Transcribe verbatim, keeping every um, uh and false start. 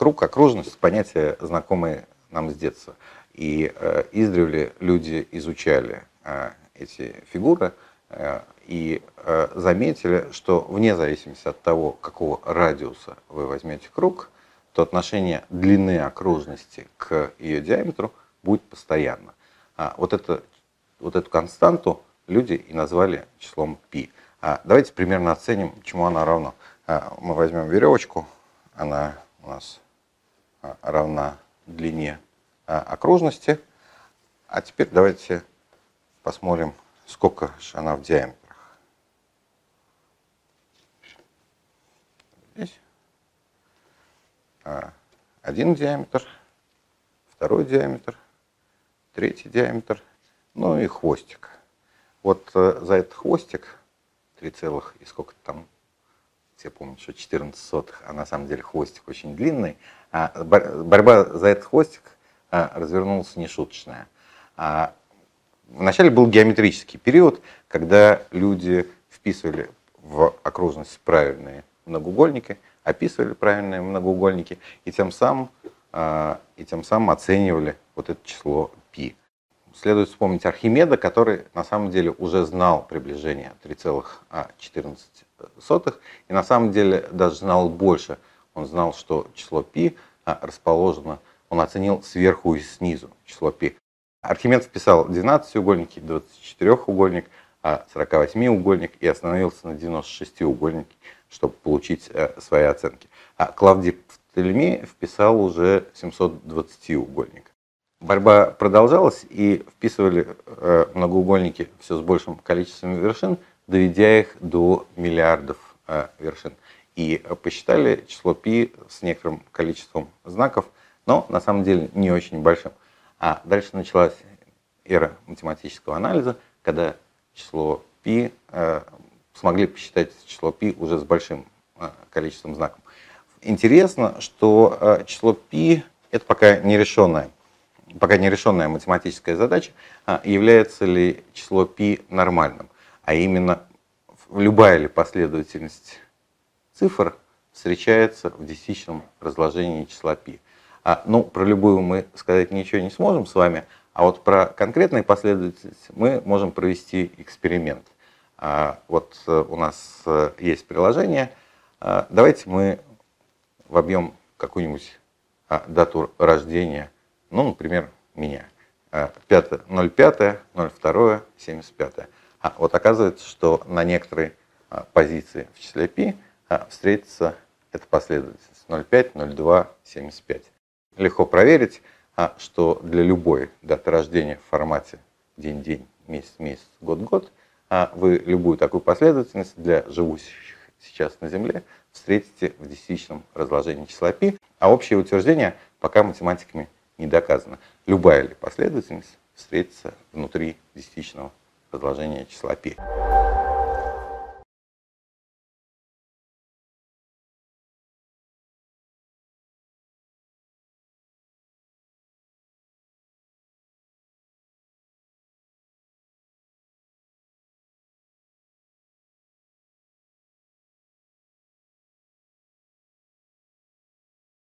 Круг, окружность — понятие, знакомое нам с детства. И э, издревле люди изучали э, эти фигуры э, и э, заметили, что вне зависимости от того, какого радиуса вы возьмете круг, то отношение длины окружности к ее диаметру будет постоянно. А вот, это, вот эту константу люди и назвали числом π. А давайте примерно оценим, чему она равна. А мы возьмем веревочку, она у нас равна длине окружности. А теперь давайте посмотрим, сколько же она в диаметрах. Здесь один диаметр, второй диаметр, третий диаметр, ну и хвостик. Вот за этот хвостик три целых и сколько там, все помнят, что четырнадцать сотых, а на самом деле хвостик очень длинный. А борьба за этот хвостик развернулась нешуточная. Вначале был геометрический период, когда люди вписывали в окружность правильные многоугольники, описывали правильные многоугольники и тем самым, и тем самым оценивали вот это число π. Следует вспомнить Архимеда, который на самом деле уже знал приближение три целых четырнадцать сотых и на самом деле даже знал больше. Он знал, что число π расположено, он оценил сверху и снизу число π. Архимед вписал двенадцатиугольники, двадцатичетырехугольник, сорокавосьмиугольник и остановился на девяностошестиугольнике, чтобы получить свои оценки. А Клавдий Птолемей вписал уже семьсотдвадцатиугольник. Борьба продолжалась, и вписывали многоугольники все с большим количеством вершин, доведя их до миллиардов вершин. И посчитали число π с некоторым количеством знаков, но на самом деле не очень большим. А дальше началась эра математического анализа, когда число π, э, смогли посчитать число π уже с большим э, количеством знаков. Интересно, что э, число π — это пока нерешенная, пока нерешенная математическая задача, э, является ли число π нормальным, а именно любая ли последовательность цифр встречается в десятичном разложении числа π. А, ну, про любую мы сказать ничего не сможем с вами, а вот про конкретные последовательности мы можем провести эксперимент. А, вот у нас есть приложение. А, давайте мы вобьем какую-нибудь а, дату рождения, ну, например, меня. ноль пятое, ноль второе, семьдесят пятое. А вот оказывается, что на некоторой а, позиции в числе π а, встретится эта последовательность ноль пять, ноль два, семьдесят пять. Легко проверить, что для любой даты рождения в формате день-день, месяц-месяц, год-год, вы любую такую последовательность для живущих сейчас на Земле встретите в десятичном разложении числа π, а общее утверждение пока математиками не доказано. Любая ли последовательность встретится внутри десятичного разложения числа π.